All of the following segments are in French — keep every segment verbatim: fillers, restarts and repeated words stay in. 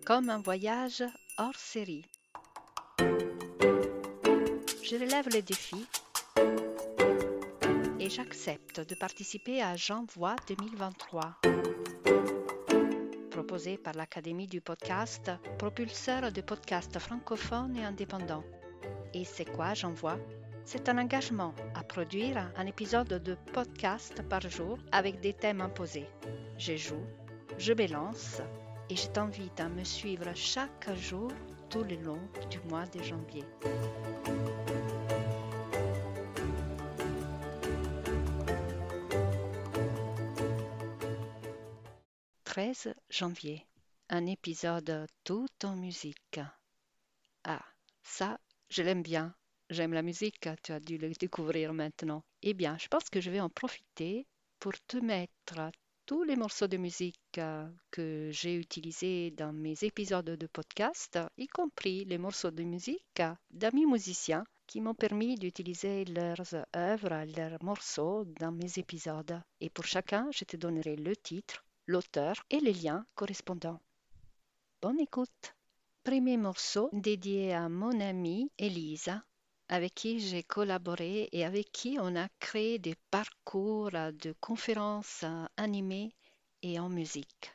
comme un voyage hors série. Je relève le défi et j'accepte de participer à J'envoie deux mille vingt-trois, proposé par l'Académie du podcast, propulseur de podcasts francophones et indépendants. Et c'est quoi J'envoie ? C'est un engagement à produire un épisode de podcast par jour avec des thèmes imposés. Je joue, je m'élance et je t'invite à me suivre chaque jour tout le long du mois de janvier. treize janvier, un épisode tout en musique. Ah, ça, je l'aime bien. J'aime la musique, tu as dû le découvrir maintenant. Eh bien, je pense que je vais en profiter pour te mettre tous les morceaux de musique euh, que j'ai utilisés dans mes épisodes de podcast, y compris les morceaux de musique d'amis musiciens qui m'ont permis d'utiliser leurs œuvres, leurs morceaux dans mes épisodes. Et pour chacun, je te donnerai le titre, l'auteur et les liens correspondants. Bonne écoute! Premier morceau dédié à mon amie Elisa, avec qui j'ai collaboré et avec qui on a créé des parcours de conférences animées et en musique.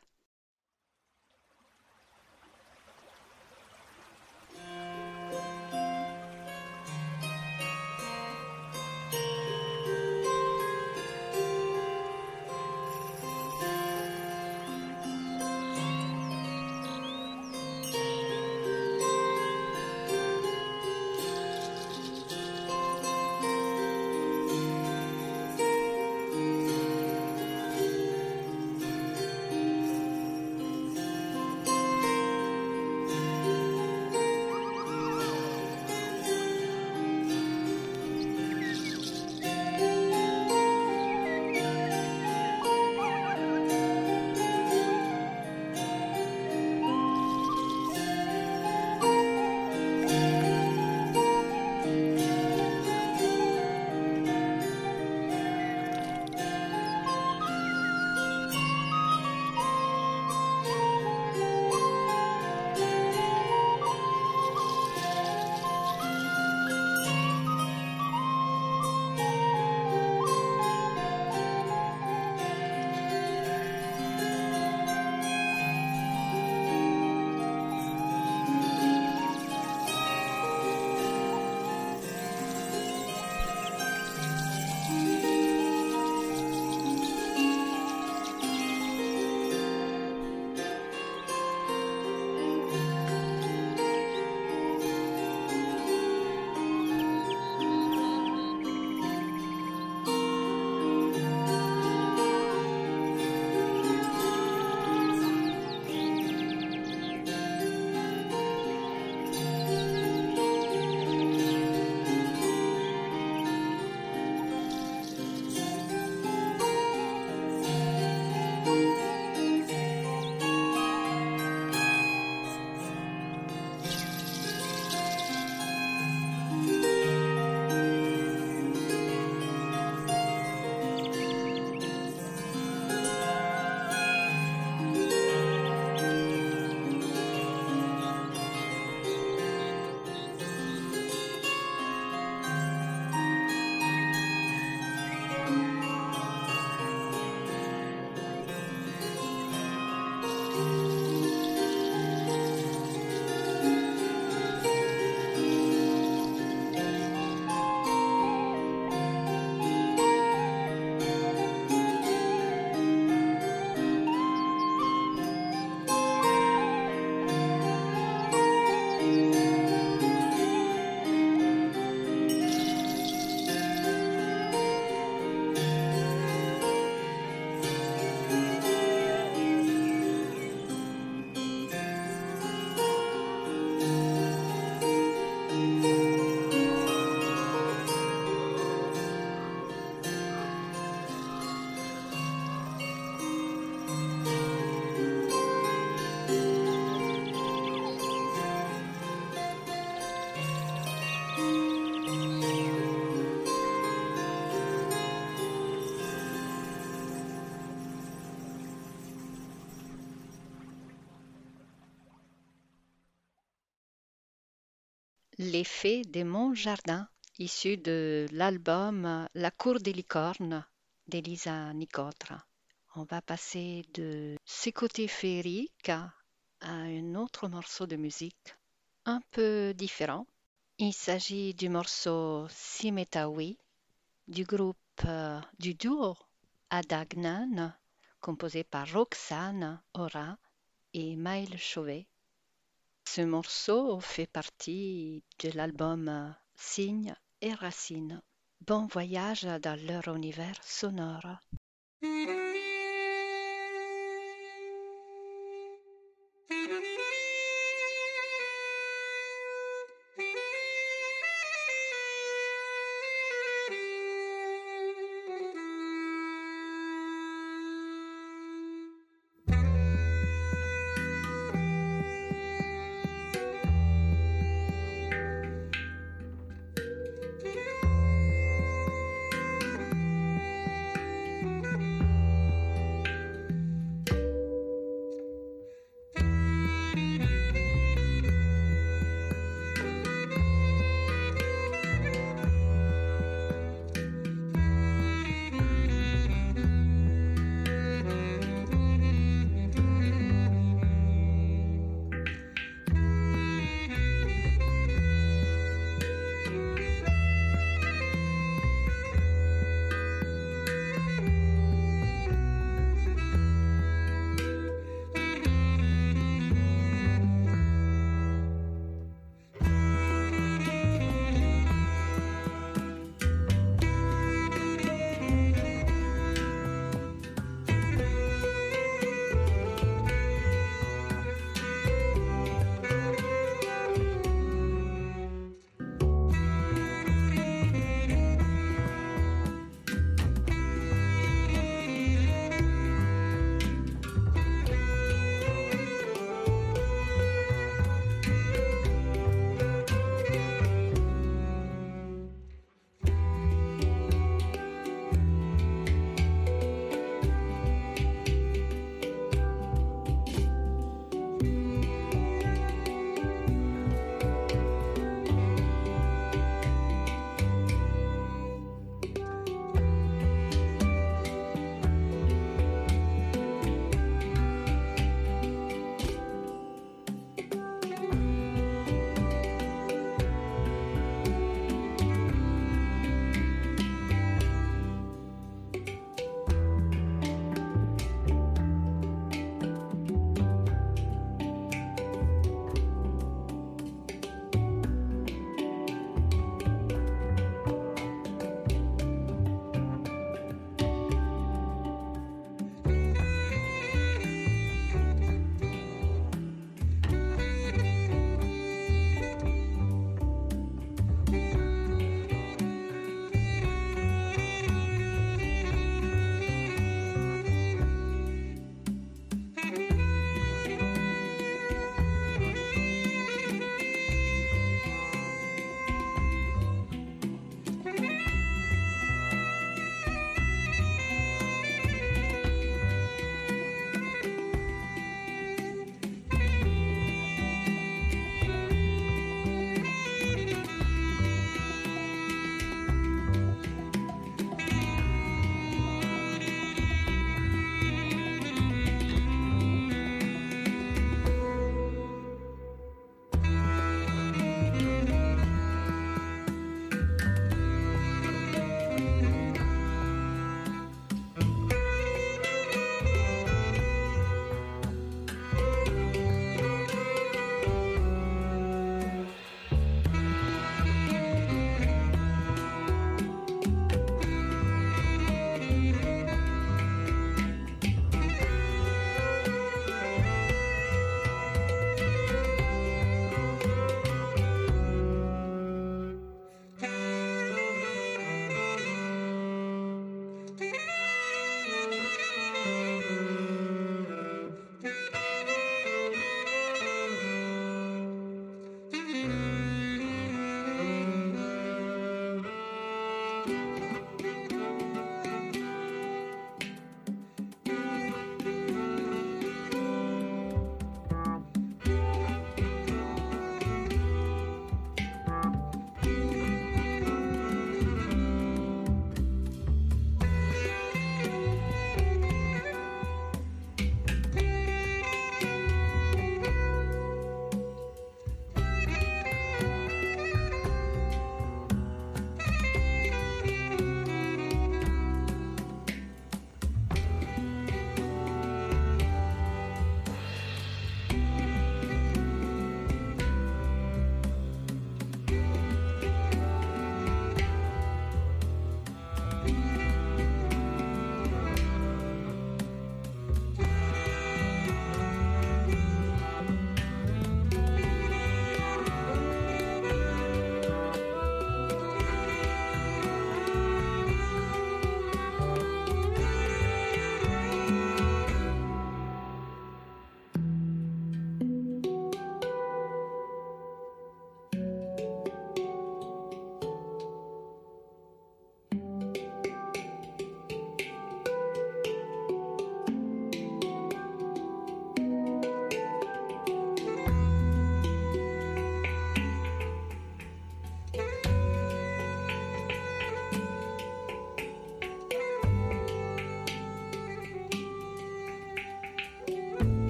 Les fées de mon jardin, issu de l'album La cour des licornes d'Elisa Nicotra. On va passer de ce côté féerique à un autre morceau de musique un peu différent. Il s'agit du morceau Simetawi du groupe euh, du duo Adagnan, composé par Roxane Ora et Maël Chauvet. Ce morceau fait partie de l'album euh, Cygnes et Racines. Bon voyage dans leur univers sonore.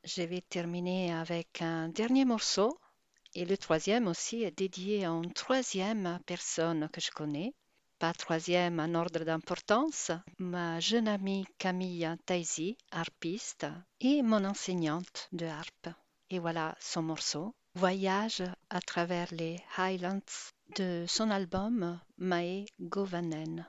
je vais terminer avec un dernier morceau et le troisième aussi est dédié à une troisième personne que je connais. Pas troisième en ordre d'importance, ma jeune amie Camille Taisi, harpiste, et mon enseignante de harpe. Et voilà son morceau, Voyage à travers les Highlands de son album Mae Govanen.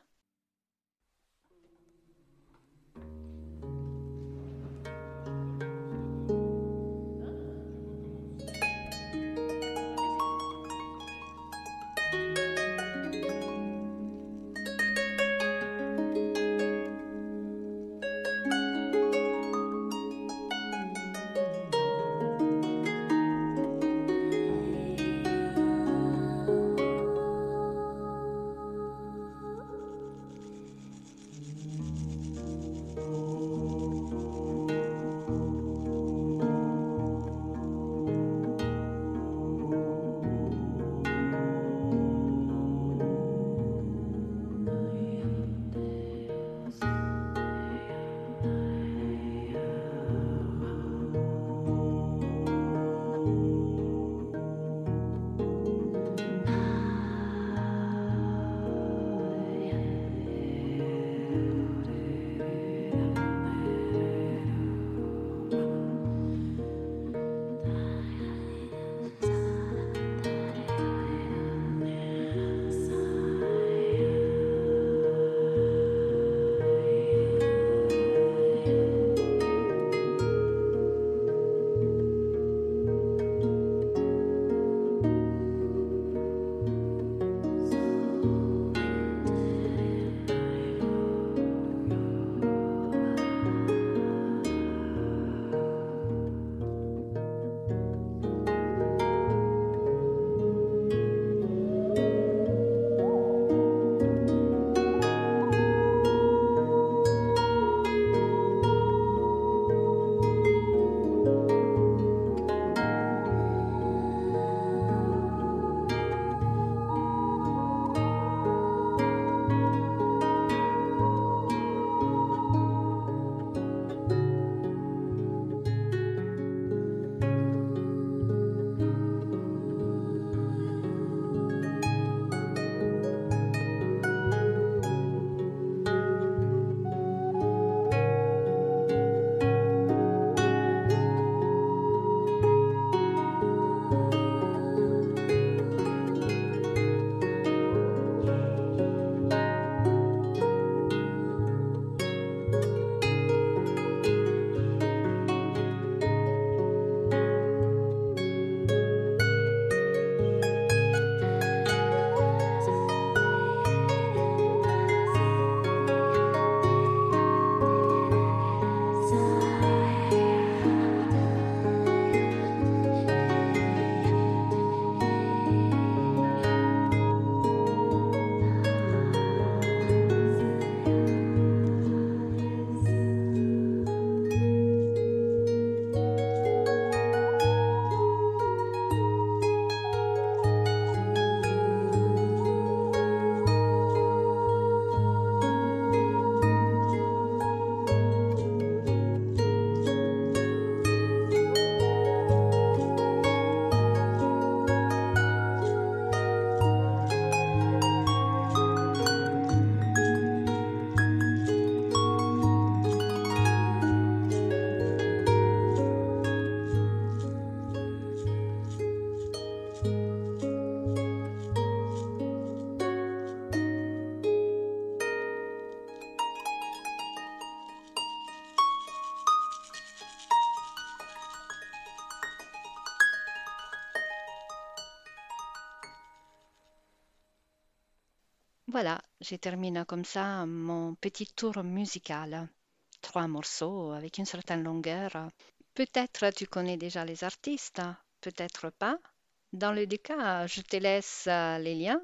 Voilà, j'ai terminé comme ça mon petit tour musical. Trois morceaux avec une certaine longueur. Peut-être tu connais déjà les artistes, peut-être pas. Dans les deux cas, je te laisse euh, les liens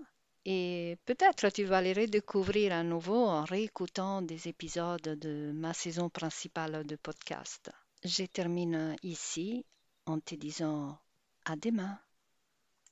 et peut-être tu vas les redécouvrir à nouveau en réécoutant des épisodes de ma saison principale de podcast. Je termine ici en te disant à demain.